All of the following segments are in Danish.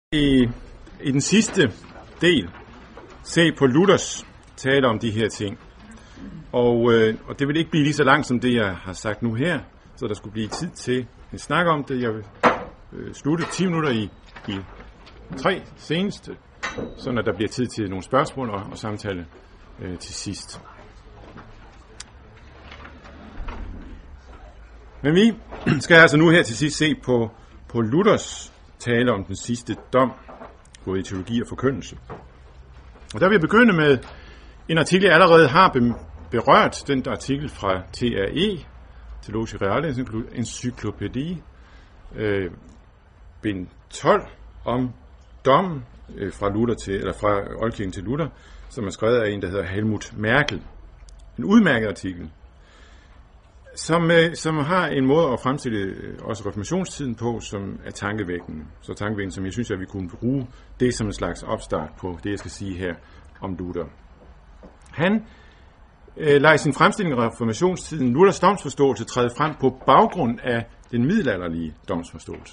I den sidste del se på Luthers tale om de her ting. Og det vil ikke blive lige så langt som det, jeg har sagt nu her, så der skulle blive tid til en snak om det. Jeg vil slutte 10 minutter i 3 seneste, sådan at der bliver tid til nogle spørgsmål og samtale til sidst. Men vi skal altså nu her til sidst se på Luthers tale om den sidste dom, både i teologi og forkyndelse. Og der vil jeg begynde med en artikel, jeg allerede har berørt, den artikel fra TRE, Theologia Reale Encyklopædi, bind 12, om dommen fra oldkirken til Luther, som er skrevet af en, der hedder Helmut Merkel. En udmærket artikel, som har en måde at fremstille også reformationstiden på, som er tankevækkende. Så tankevækkende, som jeg synes, at vi kunne bruge det som en slags opstart på det, jeg skal sige her om Luther. Han lader i sin fremstilling af reformationstiden Luthers domsforståelse træde frem på baggrund af den middelalderlige domsforståelse.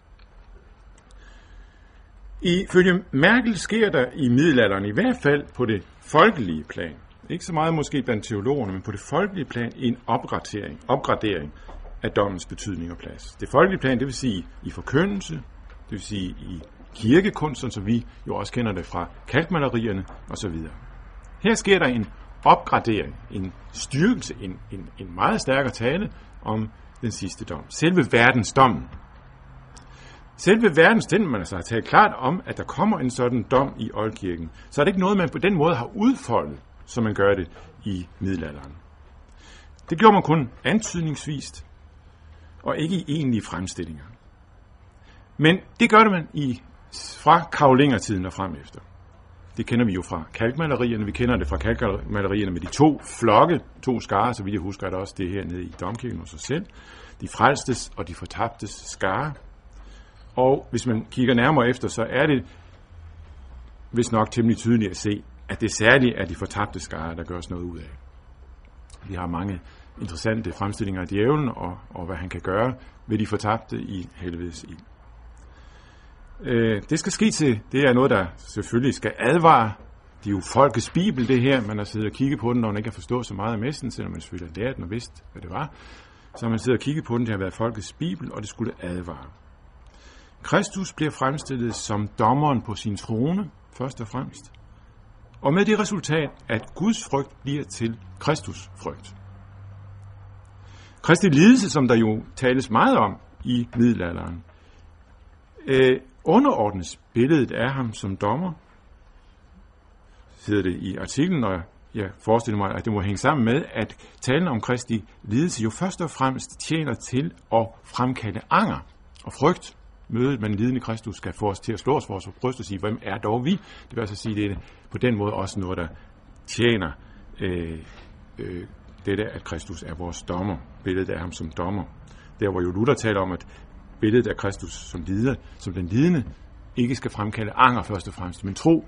Ifølge Merkel sker der i middelalderen, i hvert fald på det folkelige plan, ikke så meget måske blandt teologerne, men på det folkelige plan en opgradering af dommens betydning og plads. Det folkelige plan, det vil sige i forkyndelse, det vil sige i kirkekunst, så vi jo også kender det fra kalkmalerierne osv. Her sker der en opgradering, en styrkelse, en meget stærkere tale om den sidste dom. Selve verdensdommen. Selve verdensdommen, man altså har talt klart om, at der kommer en sådan dom i oldkirken, så er det ikke noget, man på den måde har udfoldet, som man gør det i middelalderen. Det gjorde man kun antydningsvist, og ikke i egentlige fremstillinger. Men det gør det man fra karolingertiden og frem efter. Det kender vi jo fra kalkmalerierne. Vi kender det fra kalkmalerierne med de 2 flokke, 2 skarer, så vidt jeg husker, er der også det her nede i domkirken hos os selv. De frelstes og de fortabtes skare. Og hvis man kigger nærmere efter, så er det vist nok temmelig tydeligt at se, at det særligt er de fortabte skare, der gøres noget ud af. Vi har mange interessante fremstillinger af djævlen, og hvad han kan gøre ved de fortabte i helvedes ild. Det skal ske til, det er noget, der selvfølgelig skal advare. Det er jo folkets bibel, det her. Man har siddet og kigget på den, når man ikke har forstået så meget af messen, selvom man selvfølgelig har lært den og vidst, hvad det var. Så har man siddet og kigget på den, det har været folkets bibel, og det skulle advare. Kristus bliver fremstillet som dommeren på sin trone, først og fremmest. Og med det resultat, at Guds frygt bliver til Kristus frygt. Kristi lidelse, som der jo tales meget om i middelalderen, underordnes billedet af ham som dommer. Sidder det i artiklen, og jeg forestiller mig, at det må hænge sammen med, at talen om Kristi lidelse jo først og fremmest tjener til at fremkalde anger og frygt. Mødet med den lidende Kristus skal få os til at slå os for vores bryst og sige, hvem er dog vi? Det vil altså sige, det er på den måde også noget, der tjener dette, at Kristus er vores dommer. Billedet af ham som dommer. Der hvor jo Luther taler om, at billedet af Kristus som den lidende, ikke skal fremkalde anger først og fremmest, men tro.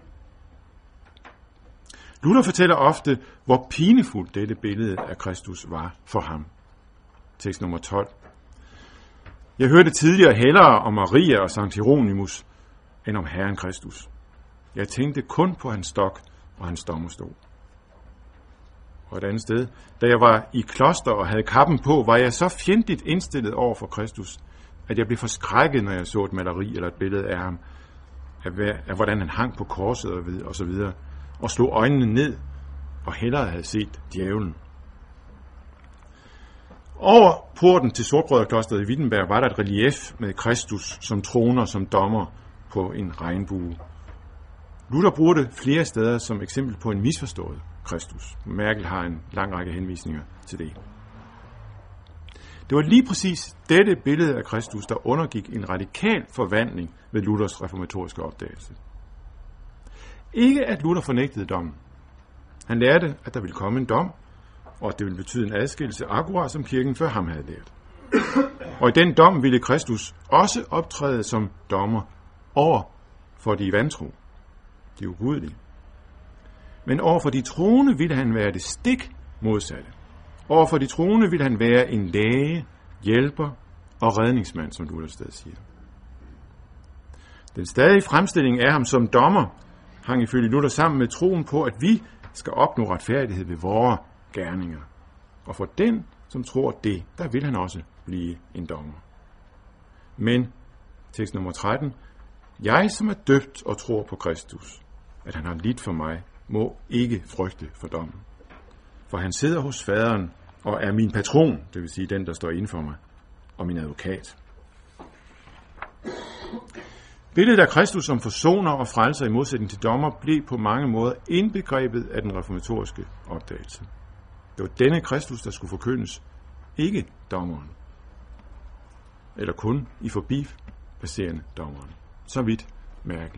Luther fortæller ofte, hvor pinefuldt dette billede af Kristus var for ham. Tekst nummer 12. Jeg hørte tidligere hellere om Maria og Sankt Hieronymus, end om Herren Kristus. Jeg tænkte kun på hans stok og hans dommerstol. Og et andet sted, da jeg var i kloster og havde kappen på, var jeg så fjendtligt indstillet over for Kristus, at jeg blev forskrækket, når jeg så et maleri eller et billede af ham, af hvordan han hang på korset og så videre, og slog øjnene ned og hellere havde set djævlen. Over porten til Sortbrødreklosteret i Wittenberg var der et relief med Kristus som troner, som dommer på en regnbue. Luther bruger det flere steder som eksempel på en misforstået Kristus. Merkel har en lang række henvisninger til det. Det var lige præcis dette billede af Kristus, der undergik en radikal forvandling ved Luthers reformatoriske opdagelse. Ikke at Luther fornægtede dommen. Han lærte, at der ville komme en dom, og at det ville betyde en adskillelse, akkurat som kirken før ham havde lært. Og i den dom ville Kristus også optræde som dommer over for de vantro, de ugudelige. Men over for de troende ville han være det stik modsatte. Over for de troende ville han være en læge, hjælper og redningsmand, som Luther stadig siger. Den stadige fremstilling af ham som dommer hang ifølge Luther sammen med troen på, at vi skal opnå retfærdighed ved vores gerninger. Og for den, som tror det, der vil han også blive en dommer. Men, tekst nummer 13, jeg som er døbt og tror på Kristus, at han har lidt for mig, må ikke frygte for dommen. For han sidder hos faderen og er min patron, det vil sige den, der står inden for mig, og min advokat. Billedet af Kristus som forsoner og frelser i modsætning til dommer blev på mange måder indbegrebet af den reformatoriske opdagelse. Det var denne Kristus, der skulle forkyndes, ikke dommeren. Eller kun i forbipasserende dommeren. Så vidt Merkel.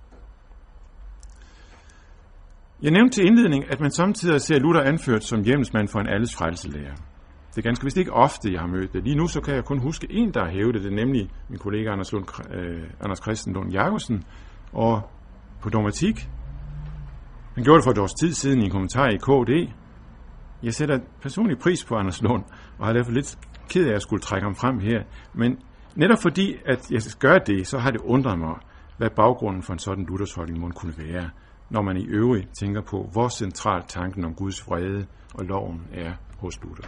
Jeg nævnte til indledning, at man samtidig ser Luther anført som hjemmelsmand for en alles frelselærer. Det er ganske vist ikke ofte, jeg har mødt det. Lige nu så kan jeg kun huske en, der har hævdet det, nemlig min kollega Anders Christen Lund Jacobsen, og på dogmatik. Han gjorde det for et års tid siden i en kommentar i KD. Jeg sætter personlig pris på Anders Lund, og har derfor lidt ked af, at jeg skulle trække ham frem her. Men netop fordi, at jeg skal gøre det, så har det undret mig, hvad baggrunden for en sådan Luthers holdning må kunne være, når man i øvrigt tænker på, hvor central tanken om Guds vrede og loven er hos Luther.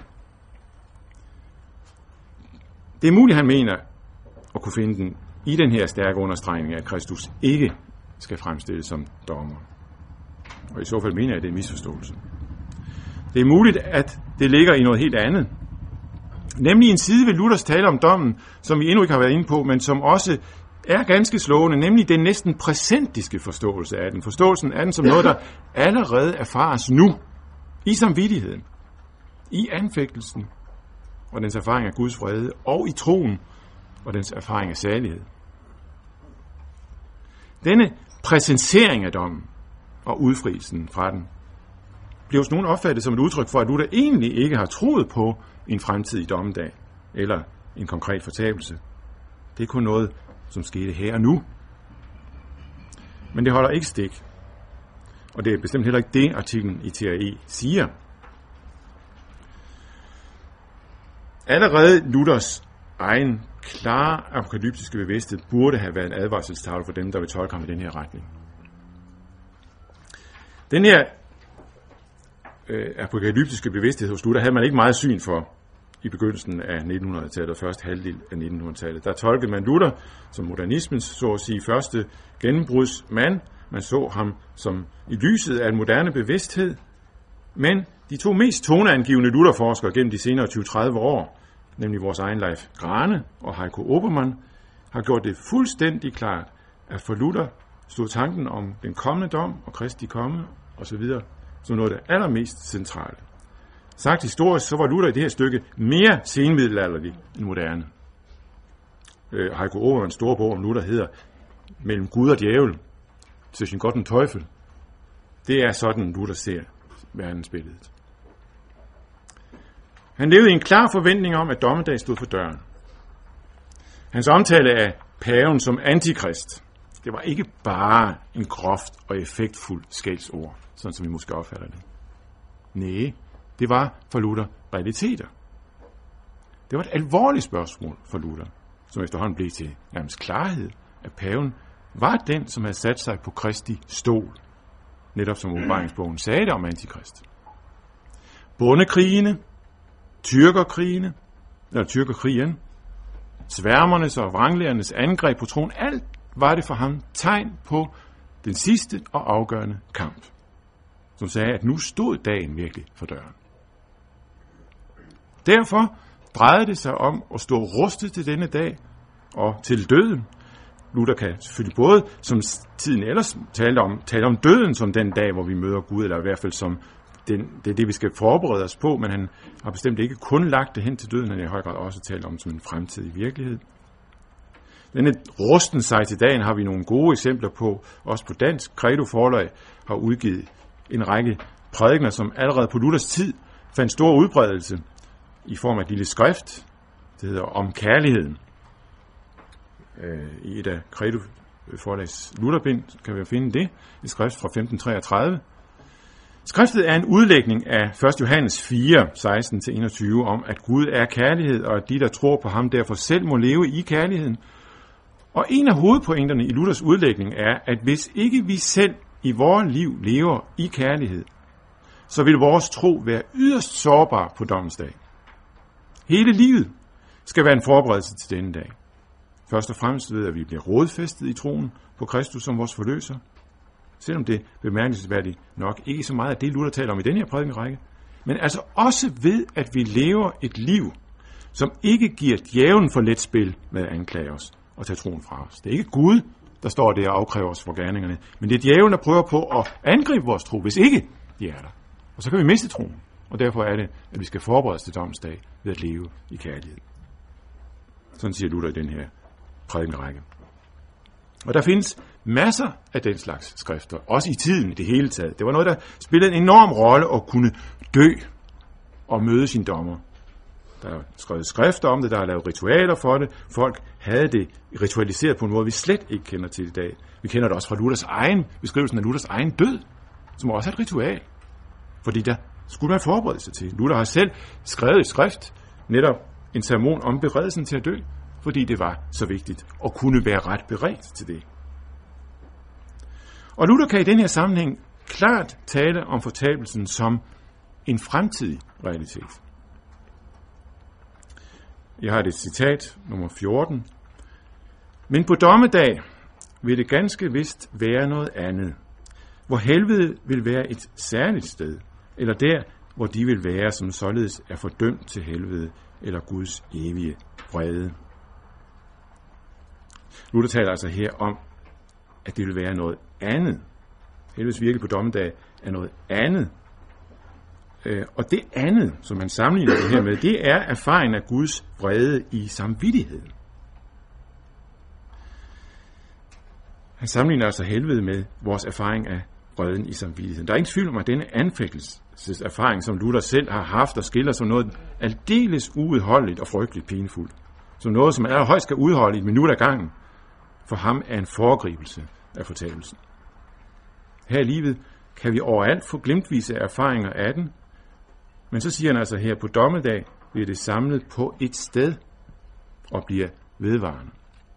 Det er muligt, han mener at kunne finde den i den her stærke understregning af, at Kristus ikke skal fremstilles som dommer. Og i så fald mener jeg, at det er en misforståelse. Det er muligt, at det ligger i noget helt andet. Nemlig en side ved Luthers tale om dommen, som vi endnu ikke har været inde på, men som også er ganske slående, nemlig den næsten præsentiske forståelse af den. Forståelsen af den som noget, der allerede erfares nu, i samvittigheden, i anfægtelsen og dens erfaring af Guds vrede, og i troen og dens erfaring af salighed. Denne præsentering af dommen og udfrielsen fra den bliver hos nogen opfattet som et udtryk for, at Luther egentlig ikke har troet på en fremtidig dommedag eller en konkret fortabelse. Det er kun noget, som skete her og nu. Men det holder ikke stik. Og det er bestemt heller ikke det, artiklen i TRE siger. Allerede Luthers egen klare apokalyptiske bevidsthed burde have været en advarselstavle for dem, der vil tolke ham i den her retning. Den her apokalyptiske bevidsthed hos Luther havde man ikke meget syn for i begyndelsen af 1900-tallet og første halvdel af 1900-tallet. Der tolkede man Luther som modernismens, så at sige, første gennembrudsmand. Man så ham som i lyset af en moderne bevidsthed. Men de to mest toneangivende Luther-forskere gennem de senere 20-30 år, nemlig vores egen Leif Grane og Heiko Obermann, har gjort det fuldstændig klart, at for Luther stod tanken om den kommende dom og Kristi komme osv. som noget af det allermest centrale. Sagt historisk, så var Luther i det her stykke mere senmiddelalderlig end moderne. Heiko Obermanns store bog om Luther hedder Mellem Gud og Djævel, zwischen Gott und Teufel. Det er sådan, Luther ser verdensbilledet. Han levede i en klar forventning om, at dommedag stod for døren. Hans omtale af paven som antikrist, det var ikke bare en groft og effektfuld skældsord, sådan som vi måske opfatter det. Nej, det var for Luther realiteter. Det var et alvorligt spørgsmål for Luther, som efterhånden blev til nærmest klarhed, at paven var den, som havde sat sig på Kristi stol, netop som åbenbaringsbogen sagde det om antikrist. Bondekrigene, tyrkerkrigen, sværmernes og vranglærernes angreb på troen, alt var det for ham tegn på den sidste og afgørende kamp, som sagde, at nu stod dagen virkelig for døren. Derfor drejede det sig om at stå rustet til denne dag og til døden. Luther kan selvfølgelig både, som tiden ellers tale om døden som den dag, hvor vi møder Gud, eller i hvert fald som det er det, vi skal forberede os på, men han har bestemt ikke kun lagt det hen til døden, han har i høj grad også talt om som en fremtidig virkelighed. Denne rusten sig til dagen har vi nogle gode eksempler på, også på dansk. Credo Forlag har udgivet en række prædikener, som allerede på Luthers tid fandt stor udbredelse i form af et lille skrift, det hedder Om kærligheden. I et af Credo Forlags Lutherbind kan vi finde det, et skrift fra 1533. Skriftet er en udlægning af 1. Johannes 4, 16-21 om, at Gud er kærlighed, og at de, der tror på ham, derfor selv må leve i kærligheden. Og en af hovedpointerne i Luthers udlægning er, at hvis ikke vi selv i vores liv lever i kærlighed, så vil vores tro være yderst sårbar på dommens dag. Hele livet skal være en forberedelse til denne dag. Først og fremmest ved, at vi bliver rodfæstet i troen på Kristus som vores forløser. Selvom det bemærkelsesværdigt nok ikke så meget af det, Luther taler om i denne her prædikenrække, men altså også ved, at vi lever et liv, som ikke giver djævlen for let spil med at anklage os og tage troen fra os. Det er ikke Gud, der står der og afkræver os for gerningerne, men det er djævlen, der prøver på at angribe vores tro, hvis ikke de er der. Og så kan vi miste troen, og derfor er det, at vi skal forberede os til domsdag ved at leve i kærlighed. Sådan siger Luther i den her prædikenrække. Og der findes masser af den slags skrifter, også i tiden i det hele taget. Det var noget, der spillede en enorm rolle at kunne dø og møde sin dommer. Der er skrevet skrifter om det, der er lavet ritualer for det. Folk havde det ritualiseret på en måde, vi slet ikke kender til i dag. Vi kender det også fra Luthers egen beskrivelsen af Luthers egen død, som også er et ritual. Fordi der skulle man forberede sig til. Luther har selv skrevet et skrift, netop en sermon om beredelsen til at dø, fordi det var så vigtigt at kunne være ret beredt til det. Og Luther kan i den her sammenhæng klart tale om fortabelsen som en fremtidig realitet. Jeg har et citat, nummer 14. Men på dommedag vil det ganske vist være noget andet, hvor helvede vil være et særligt sted, eller der, hvor de vil være, som således er fordømt til helvede, eller Guds evige vrede. Luther taler altså her om, at det vil være noget andet. Helvedes virke på dommedag er noget andet. Og det andet, som man sammenligner det her med, det er erfaringen af Guds vrede i samvittigheden. Han sammenligner altså helvede med vores erfaring af vreden i samvittigheden. Der er ingen tvivl om, at denne anfægtelseserfaring, som Luther selv har haft og skiller som noget aldeles uudholdeligt og frygteligt pinefuldt, som noget, som allerhøjst skal udholde i et minut ad gangen, for ham er en foregribelse af fortabelsen. Her i livet kan vi overalt få glimtvise erfaringer af den, men så siger han altså her, på dommedag bliver det samlet på et sted og bliver vedvarende.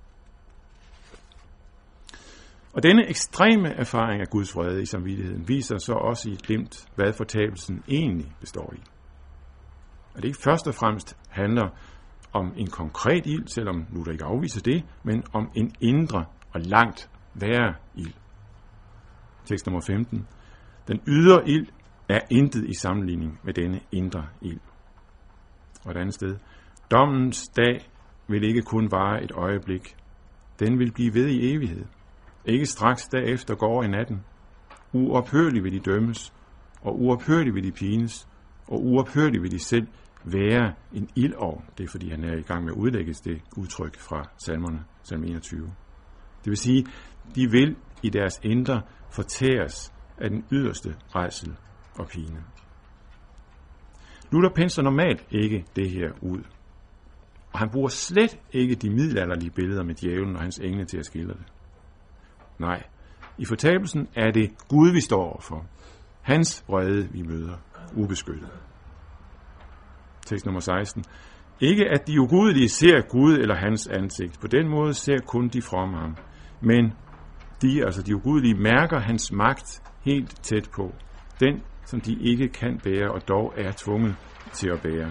Og denne ekstreme erfaring af Guds vrede i samvittigheden viser så også i et glimt, hvad fortabelsen egentlig består i. At det ikke først og fremmest handler om en konkret ild, selvom Luther ikke afviser det, men om en indre og langt værre ild. Tekst nummer 15. Den ydre ild er intet i sammenligning med denne indre ild. Og et andet sted. Dommens dag vil ikke kun vare et øjeblik. Den vil blive ved i evighed. Ikke straks derefter går i natten. Uophørligt vil de dømmes, og uophørligt vil de pines, og uophørligt vil de selv være en ildovn. Det er fordi han er i gang med at udlægge det udtryk fra salmerne, salme 21. Det vil sige, de vil i deres indre fortæres af den yderste rædsel og pine. Luther pensler normalt ikke det her ud. Og han bruger slet ikke de middelalderlige billeder med djævlen og hans engle til at skildre det. Nej, i fortabelsen er det Gud, vi står overfor. Hans vrede, vi møder, ubeskyttet. Tekst nummer 16. Ikke at de ugudelige ser Gud eller hans ansigt. På den måde ser kun de fromme ham. Men de ugudelige, mærker hans magt helt tæt på. Den, som de ikke kan bære, og dog er tvunget til at bære.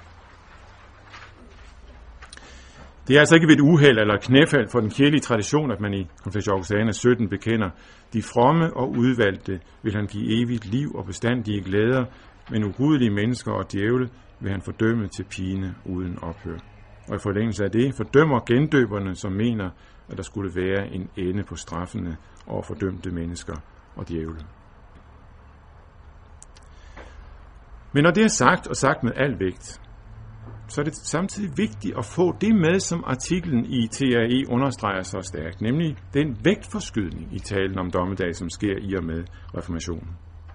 Det er altså ikke ved et uheld eller et knæfald for den kirkelige tradition, at man i Confessio Augustana 17 bekender, de fromme og udvalgte vil han give evigt liv og bestandige glæder, men ugudelige mennesker og djævle vil han fordømme til pine uden ophør. Og i forlængelse af det fordømmer gendøberne, som mener, at der skulle være en ende på straffene over fordømte mennesker og djævle. Men når det er sagt, og sagt med al vægt, så er det samtidig vigtigt at få det med, som artiklen i TRE understreger så stærkt, nemlig den vægtforskydning i talen om dommedag, som sker i og med reformationen.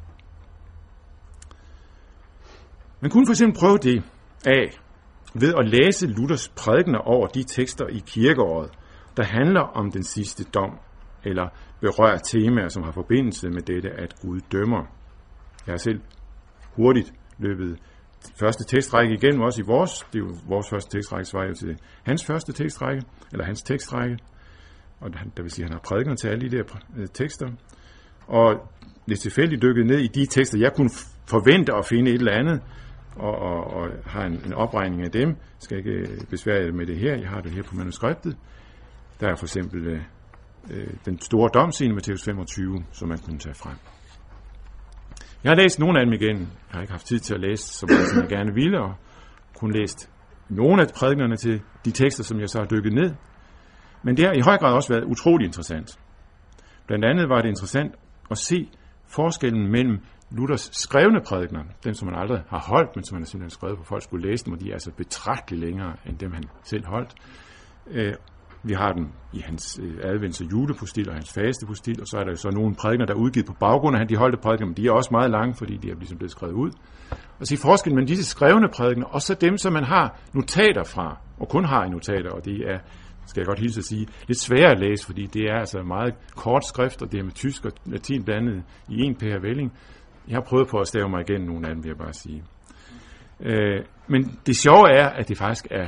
Man kunne for eksempel prøve det af ved at læse Luthers prædikener over de tekster i kirkeåret, der handler om den sidste dom, eller berører temaer, som har forbindelse med dette, at Gud dømmer. Jeg har selv hurtigt løbet første tekstrække igennem, også i vores første tekstrække, svarer jo til hans første tekstrække, eller hans tekstrække. og der vil sige, at han har prædikener til alle de der tekster, og lidt tilfældigt dykket ned i de tekster, jeg kunne forvente at finde et eller andet, og har en opregning af dem. Skal ikke besvære jer med det her, jeg har det her på manuskriptet. Der er for eksempel den store domsscene, Matthæus 25, som man kunne tage frem. Jeg har læst nogle af dem igen. Jeg har ikke haft tid til at læse, som jeg gerne ville, og kun læst nogle af prædiknerne til de tekster, som jeg så har dykket ned. Men det har i høj grad også været utrolig interessant. Blandt andet var det interessant at se forskellen mellem Luthers skrevne prædikener, dem som man aldrig har holdt, men som han simpelthen skrevet på, folk skulle læse dem, og de er altså betragteligt længere end dem, han selv holdt. Vi har dem i hans advents- og julepostil og hans fastepostil, og så er der jo så nogle prædikener, der er udgivet på baggrund af de holdte prædikener, men de er også meget lange, fordi de er ligesom blevet skrevet ud. Og se forskellen mellem disse skrevne prædikener, og så dem, som man har notater fra, og kun har i notater, og det er, skal jeg godt hilse at sige, lidt svære at læse, fordi det er altså meget kort skrift, og det er med tysk og latin blandet i en pærevælling. Jeg har prøvet på at stave mig igennem nogle af dem, vil jeg bare sige. Men det sjove er, at det faktisk er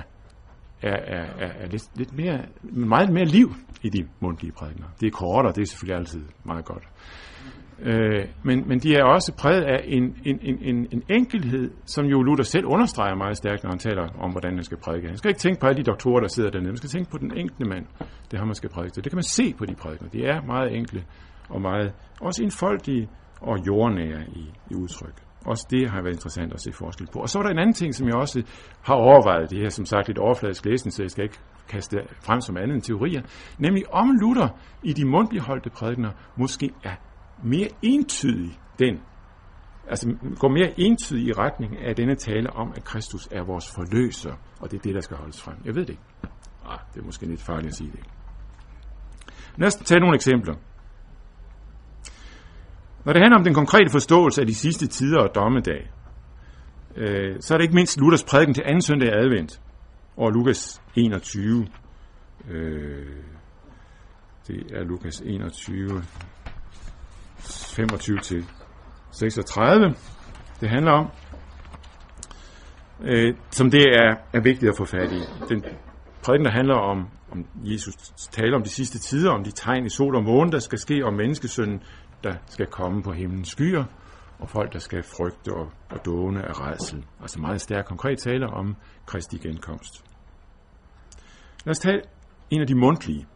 lidt mere, meget mere liv i de mundtlige prædikener. Det er kortere, og det er selvfølgelig altid meget godt. Men de er også præget af en enkelhed, som jo Luther selv understreger meget stærkt, når han taler om, hvordan man skal prædike. Han skal ikke tænke på alle de doktorer, der sidder dernede. Man skal tænke på den enkelte mand, det har man skal prædike til. Det kan man se på de prædikener. De er meget enkle og meget også enfoldige og jordnære i udtryk. Også det har været interessant at se forskel på. Og så er der en anden ting, som jeg også har overvejet, det her som sagt lidt overfladisk læsning, så jeg skal ikke kaste det frem som andet end teorier, nemlig om Luther i de mundtligt holdte prædikener måske er mere entydig går mere entydig i retning af denne tale om, at Kristus er vores forløser, og det er det, der skal holdes frem. Jeg ved det ikke. Det er måske lidt farligt at sige det. Lad os tage nogle eksempler. Når det handler om den konkrete forståelse af de sidste tider og dommedag, så er det ikke mindst Luthers prædiken til anden søndag i advent, og Lukas 21. Det er Lukas 21, 25-36, det handler om, som det er vigtigt at få fat i. Den prædiken, der handler om Jesus taler om de sidste tider, om de tegn i sol og måne, der skal ske, om menneskesønnen, der skal komme på himlens skyer, og folk, der skal frygte og dåne af rædsel. Altså meget stærk konkret taler om Kristi genkomst. Lad os tage en af de mundtlige.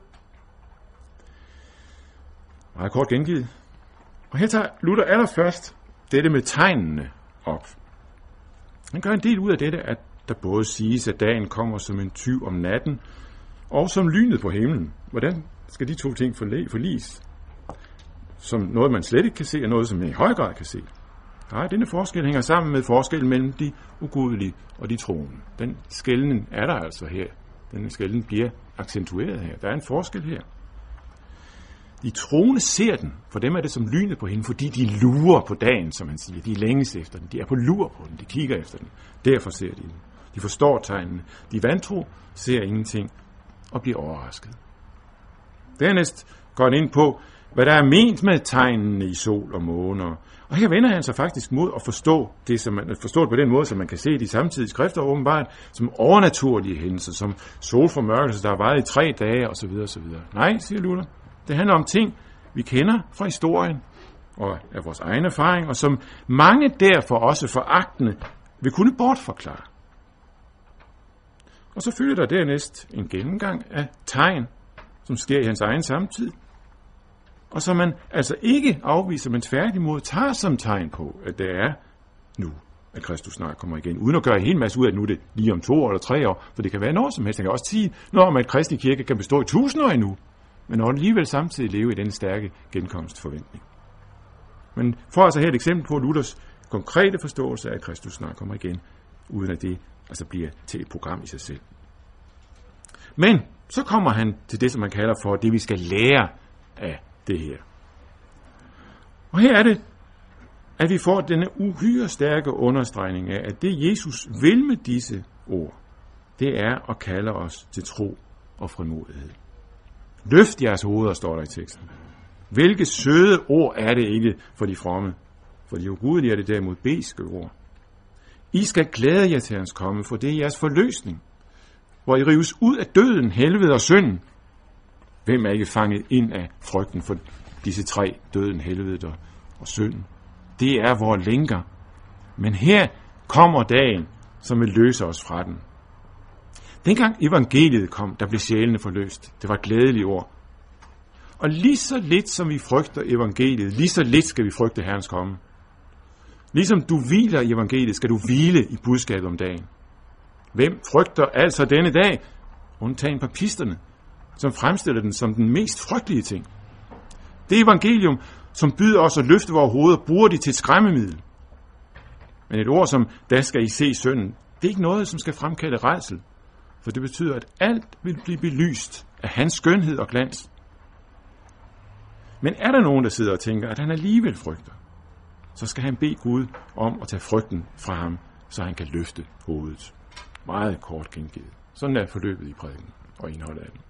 Meget kort gengivet. Og her tager Luther allerførst dette med tegnene op. Han gør en del ud af dette, at der både siges, at dagen kommer som en tyv om natten, og som lynet på himlen. Hvordan skal de to ting forliges? Som noget, man slet ikke kan se, og noget, som man i høj grad kan se. Nej, denne forskel hænger sammen med forskellen mellem de ugudelige og de troende. Den skelnen er der altså her. Den skelnen bliver accentueret her. Der er en forskel her. De troende ser den, for dem er det som lynet på hende, fordi de lurer på dagen, som han siger. De længes efter den. De er på lur på den. De kigger efter den. Derfor ser de den. De forstår tegnene. De vantro ser ingenting og bliver overrasket. Dernæst går han ind på, hvad der er ment med tegnene i sol og måner. Og her vender han sig faktisk mod at forstå det, som man forstår på den måde, som man kan se de samtidige skrifter åbenbart, som overnaturlige hændelser, som solformørkelse, der har varet i 3 dage osv. osv. Nej, siger Luther. Det handler om ting, vi kender fra historien og af vores egen erfaring, og som mange derfor også foragtende vil kunne bortforklare. Og så følger der dernæst en gennemgang af tegn, som sker i hans egen samtid, og som man altså ikke afviser, men tværtimod tager som tegn på, at det er nu, at Kristus snart kommer igen, uden at gøre en hel masse ud af, at nu er det lige om 2 år eller 3 år, for det kan være noget som helst. Han kan også sige noget om, at kristne kirke kan bestå i 1000 år endnu, men når alligevel samtidig leve i den stærke genkomstforventning. Men for altså her et eksempel på Luthers konkrete forståelse af, at Kristus snart kommer igen, uden at det altså bliver til et program i sig selv. Men så kommer han til det, som man kalder for det, vi skal lære af det her. Og her er det, at vi får denne uhyre stærke understregning af, at det Jesus vil med disse ord, det er at kalde os til tro og frimodighed. Løft jeres hoveder, står der i teksten. Hvilke søde ord er det ikke for de fromme? For de ugudelige er det derimod beske ord. I skal glæde jer til hans komme, for det er jeres forløsning, hvor I rives ud af døden, helvede og synden. Hvem er ikke fanget ind af frygten for disse tre, døden, helvede og synden? Det er vores lænker. Men her kommer dagen, som vil løse os fra den. Dengang evangeliet kom, der blev sjælene forløst. Det var et glædeligt ord. Og lige så lidt som vi frygter evangeliet, lige så lidt skal vi frygte Herrens komme. Ligesom du hviler i evangeliet, skal du hvile i budskabet om dagen. Hvem frygter altså denne dag? Undtagen papisterne, som fremstiller den som den mest frygtelige ting. Det evangelium, som byder os at løfte vores hoveder, bruger de til et skræmmemiddel. Men et ord som, der skal I se synden, det er ikke noget, som skal fremkalde rædsel. For det betyder, at alt vil blive belyst af hans skønhed og glans. Men er der nogen, der sidder og tænker, at han alligevel frygter, så skal han bede Gud om at tage frygten fra ham, så han kan løfte hovedet. Meget kort gengivet. Sådan er forløbet i prædiken og indholdet af den.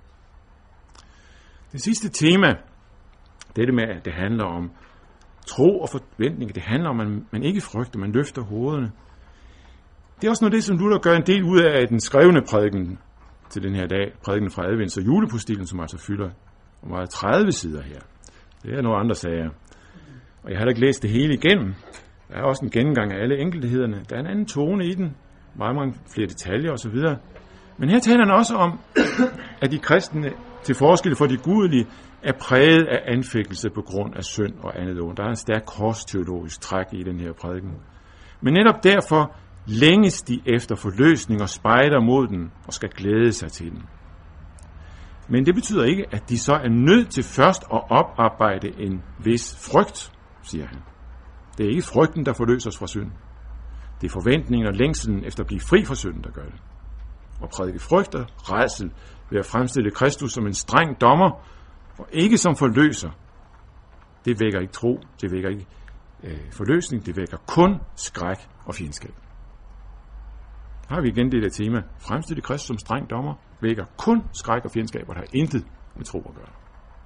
Det sidste tema, dette med, at det handler om tro og forventning, det handler om, at man ikke frygter, man løfter hovederne. Det er også noget af det, som Luther gør en del ud af den skrevne prædiken til den her dag, prædiken fra advents- og julepostilen, som altså fylder meget 30 sider her. Det er nogle andre sager. Og jeg har da ikke læst det hele igennem. Der er også en gennemgang af alle enkelthederne. Der er en anden tone i den. Meget mange flere detaljer osv. Men her taler han også om, at de kristne, til forskel fra de gudelige, er præget af anfægtelse på grund af synd og andet ondt. Der er en stærk korsteologisk træk i den her prædiken. Men netop derfor længes de efter forløsning og spejder mod den og skal glæde sig til den. Men det betyder ikke, at de så er nødt til først at oparbejde en vis frygt, siger han. Det er ikke frygten, der forløser os fra synd. Det er forventningen og længslen efter at blive fri fra synden, der gør det. Og prædike frygt og rædsel ved at fremstille Kristus som en streng dommer, og ikke som forløser. Det vækker ikke tro, det vækker ikke forløsning, det vækker kun skræk og fjendskab. Her har vi igen det der tema. Fremstille Kristus som streng dommer vækker kun skræk og fjendskab, og der har intet med tro at gøre.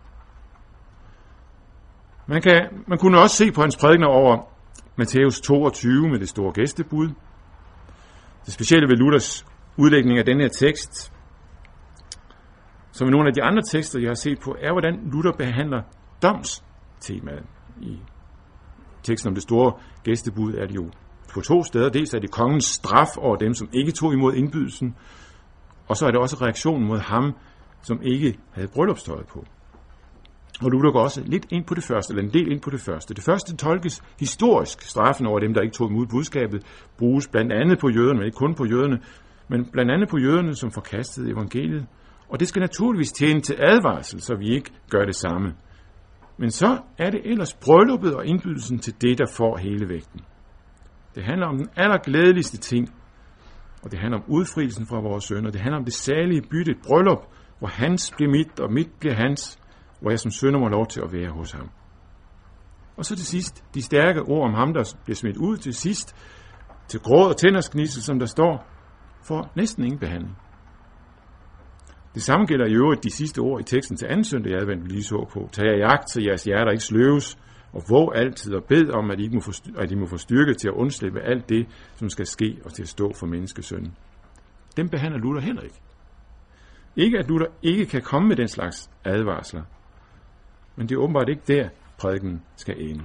Man kunne også se på hans prædikener over Matthæus 22 med det store gæstebud. Det specielle ved Luthers udlægning af denne her tekst, som i nogle af de andre tekster, jeg har set på, er, hvordan Luther behandler domstemaet. I teksten om det store gæstebud er det jo på to steder. Dels er det kongens straf over dem, som ikke tog imod indbydelsen, og så er det også reaktionen mod ham, som ikke havde bryllupstøjet på. Og Luther går også lidt ind på det første, eller en del ind på det første. Det første tolkes historisk. Straffen over dem, der ikke tog imod budskabet, bruges blandt andet på jøderne, men ikke kun på jøderne, men blandt andet på jøderne, som forkastede evangeliet. Og det skal naturligvis tjene til advarsel, så vi ikke gør det samme. Men så er det ellers brylluppet og indbydelsen til det, der får hele vægten. Det handler om den allerglædeligste ting, og det handler om udfrielsen fra vores sønner. Det handler om det salige bytte, et bryllup, hvor hans bliver mit, og mit bliver hans, hvor jeg som sønner må lov til at være hos ham. Og så til sidst, de stærke ord om ham, der bliver smidt ud til sidst, til gråd og tændersknissel, som der står, for næsten ingen behandling. Det samme gælder i øvrigt de sidste ord i teksten til anden søndag, jeg vi lige så på. Tag jer i agt, så jeres hjerter ikke sløves, og våg altid og bed om, at I må få styrke til at undslippe alt det, som skal ske, og til at stå for menneskesønnen. Dem behandler Luther heller ikke. Ikke at Luther ikke kan komme med den slags advarsler, men det er åbenbart ikke der, prædiken skal ende.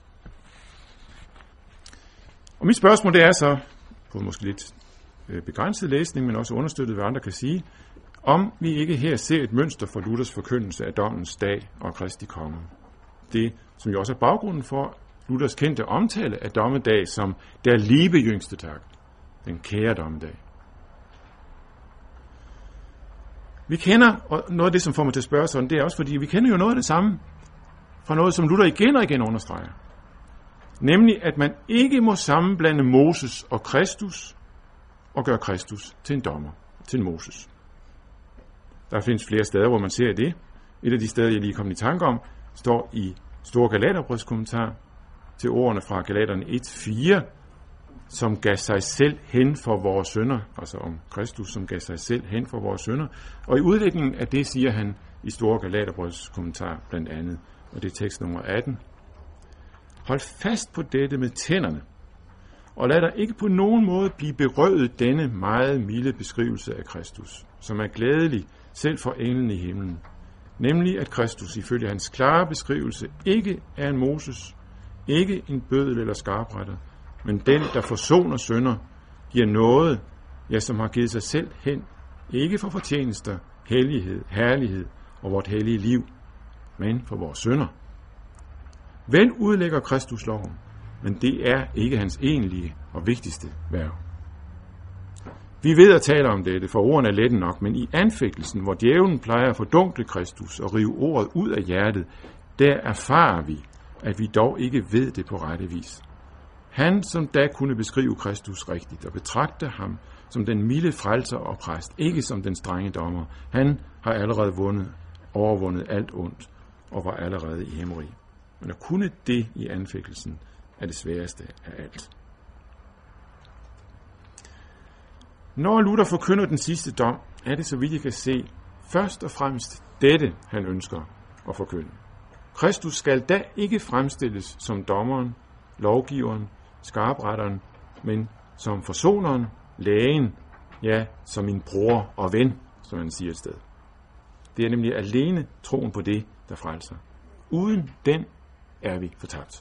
Og mit spørgsmål det er så, på måske lidt begrænset læsning, men også understøttet, hvad andre kan sige, om vi ikke her ser et mønster for Luthers forkyndelse af dommens dag og Kristi komme. Det, som jo også er baggrunden for Luthers kendte omtale af dommedag som der liebe Jüngstetag, den kære dommedag. Vi kender, og noget af det, som får mig til at spørge sådan, det er også fordi, vi kender jo noget af det samme fra noget, som Luther igen og igen understreger. Nemlig, at man ikke må sammenblande Moses og Kristus og gøre Kristus til en dommer, til en Moses. Der findes flere steder, hvor man ser det. Et af de steder, jeg lige kom i tanke om, står i Store Galaterbrevskommentar til ordene fra Galaterne 1:4, som gav sig selv hen for vores synder, altså om Kristus, som gav sig selv hen for vores synder. Og i udlægningen af det siger han i Store Galaterbrevskommentar blandt andet, og det er tekst nummer 18. Hold fast på dette med tænderne, og lad dig ikke på nogen måde blive berøvet denne meget milde beskrivelse af Kristus, som er glædelig selv for englen i himlen. nemlig at Kristus ifølge hans klare beskrivelse ikke er en Moses, ikke en bøddel eller skarpretter, men den, der forsoner synder, giver noget, ja, som har givet sig selv hen, ikke for fortjenester, hellighed, herlighed og vort hellige liv, men for vores synder. Vel udlægger Kristus loven, men det er ikke hans egentlige og vigtigste værv. Vi ved at tale om dette, for ordene er lette nok, men i anfægtelsen, hvor djævlen plejer at fordunkle Kristus og rive ordet ud af hjertet, der erfarer vi, at vi dog ikke ved det på rette vis. Han, som da kunne beskrive Kristus rigtigt og betragte ham som den milde frelser og præst, ikke som den strenge dommer, han har allerede overvundet alt ondt og var allerede i himmerig. Men at kunne det i anfægtelsen er det sværeste af alt. Når Luther forkynder den sidste dom, er det, så vidt jeg kan se, først og fremmest dette, han ønsker at forkynde. Kristus skal da ikke fremstilles som dommeren, lovgiveren, skarpretteren, men som forsoneren, lægen, ja, som min bror og ven, som han siger et sted. Det er nemlig alene troen på det, der frelser. Uden den er vi fortabt.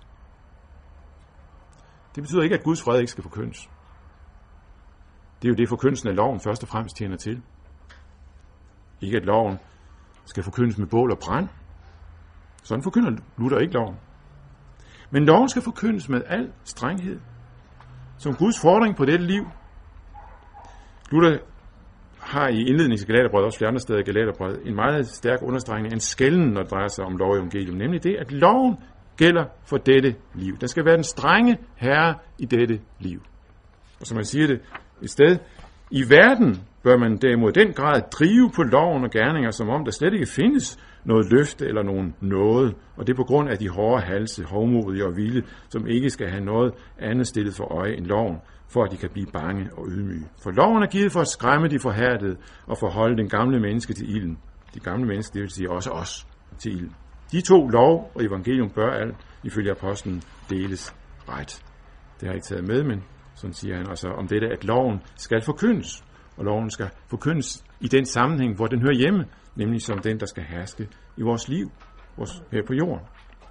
Det betyder ikke, at Guds fred ikke skal forkyndes. Det er jo det, forkyndelsen af loven først og fremmest tjener til. Ikke at loven skal forkyndes med bål og brand. Sådan forkynder Luther ikke loven. Men loven skal forkyndes med al strenghed, som Guds fordring på dette liv. Luther har i indledningen til Galaterbrevet, også flere andre steder i Galaterbrevet, en meget stærk understregning af en skelnen, når det drejer sig om lov og evangelium, nemlig det, at loven gælder for dette liv. Der skal være den strenge herre i dette liv. Og som man siger det et sted, i verden bør man derimod den grad drive på loven og gerninger, som om der slet ikke findes noget løfte eller nogen nåde, og det er på grund af de hårde halse, hovmodige og vilde, som ikke skal have noget andet stillet for øje end loven, for at de kan blive bange og ydmyge. For loven er givet for at skræmme de forhærdede og forholde den gamle menneske til ilden. De gamle mennesker, det vil sige også os, til ilden. De to, lov og evangelium, bør alt ifølge apostlen deles ret. Det har jeg ikke taget med, men sådan siger han altså om dette, at loven skal forkyndes. Og loven skal forkyndes i den sammenhæng, hvor den hører hjemme, nemlig som den, der skal herske i vores liv, her på jorden.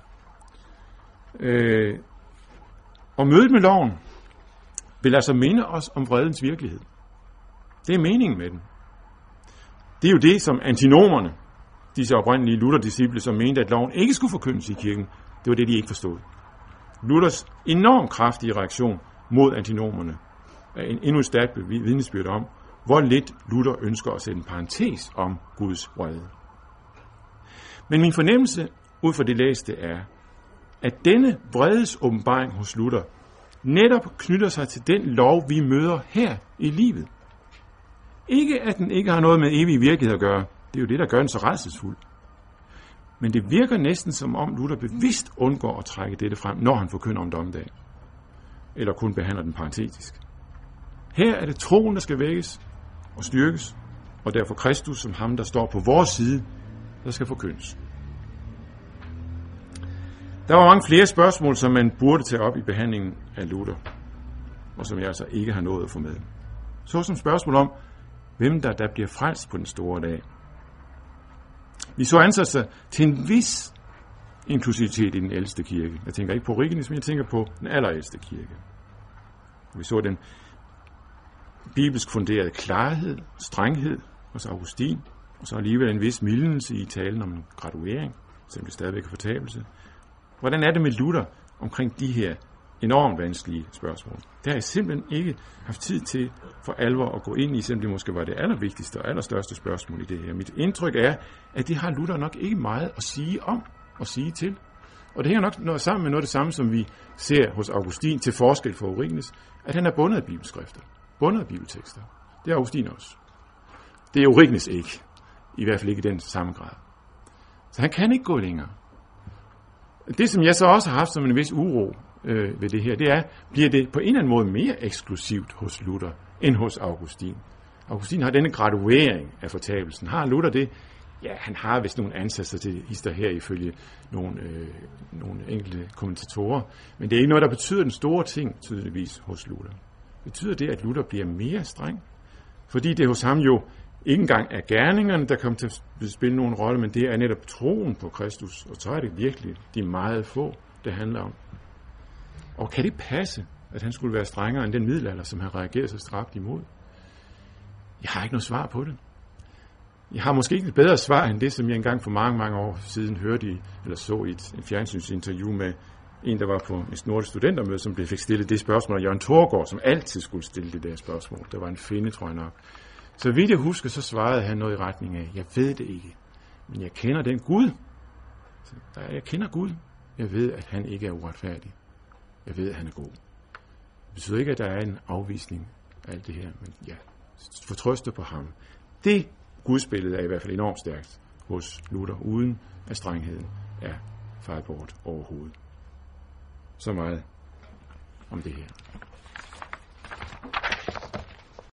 Og mødet med loven vil altså minde os om vredens virkelighed. Det er meningen med den. Det er jo det, som antinomerne, disse oprindelige Luther-disciple, som mente, at loven ikke skulle forkyndes i kirken, det var det, de ikke forstod. Luthers enormt kraftige reaktion mod antinomerne er endnu et stærkt vidnesbyrd om, hvor lidt Luther ønsker at sætte en parentes om Guds vrede. Men min fornemmelse ud fra det læste er, at denne vredes åbenbaring hos Luther netop knytter sig til den lov, vi møder her i livet. Ikke at den ikke har noget med evig virkelighed at gøre. Det er jo det, der gør den så rædselsfuld. Men det virker næsten som om Luther bevidst undgår at trække dette frem, når han forkynder om dommedag. Eller kun behandler den parentetisk. Her er det troen, der skal vækkes og styrkes, og derfor Kristus som ham, der står på vores side, der skal forkyndes. Der var mange flere spørgsmål, som man burde tage op i behandlingen af Luther, og som jeg altså ikke har nået at få med. Så som spørgsmål om, hvem der bliver frelst på den store dag. Vi så ansat sig til en vis inklusivitet i den ældste kirke. Jeg tænker ikke på Origenes, men jeg tænker på den allerældste kirke. Vi så den bibelsk funderede klarhed, strenghed hos Augustin, og så alligevel en vis mildelse i talen om en graduering, selvom det stadigvæk er fortabelse. Hvordan er det med Luther omkring de her enormt vanskelige spørgsmål? Det har jeg simpelthen ikke haft tid til for alvor at gå ind i, selvom det måske var det allervigtigste og allerstørste spørgsmål i det her. Mit indtryk er, at det har Luther nok ikke meget at sige om og sige til. Og det hænger nok noget sammen med noget af det samme, som vi ser hos Augustin til forskel for Origenes, at han er bundet af bibelskrifter, bundet af bibeltekster. Det er Augustin også. Det er Origenes ikke. I hvert fald ikke i den samme grad. Så han kan ikke gå længere. Det, som jeg så også har haft som en vis uro ved det her, det er, bliver det på en eller anden måde mere eksklusivt hos Luther end hos Augustin. Augustin har denne graduering af fortabelsen. Har Luther det? Ja, han har vist nogle ansatser til hister her ifølge nogle enkelte kommentatorer. Men det er ikke noget, der betyder den store ting, tydeligvis, hos Luther. Betyder det, at Luther bliver mere streng? Fordi det hos ham jo Ikke engang er gerningerne, der kommer til at spille nogen rolle, men det er netop troen på Kristus, og så er det virkelig de meget få, det handler om. Og kan det passe, at han skulle være strengere end den middelalder, som han reagerede så stramt imod? Jeg har ikke noget svar på det. Jeg har måske ikke et bedre svar end det, som jeg engang for mange, mange år siden hørte eller så i et fjernsynsinterview med en, der var på et nordisk studentermøde, som fik stillet det spørgsmål af Jørgen Thorgård, som altid skulle stille det der spørgsmål. Der var en finde, tror jeg nok. Så vidt jeg husker, så svarede han noget i retning af, jeg ved det ikke, men jeg kender den Gud. Jeg kender Gud. Jeg ved, at han ikke er uretfærdig. Jeg ved, at han er god. Det betyder ikke, at der er en afvisning af alt det her, men ja, fortrøste på ham. Det gudsbillede er i hvert fald enormt stærkt hos Luther, uden at strengheden er fejret bort overhovedet. Så meget om det her.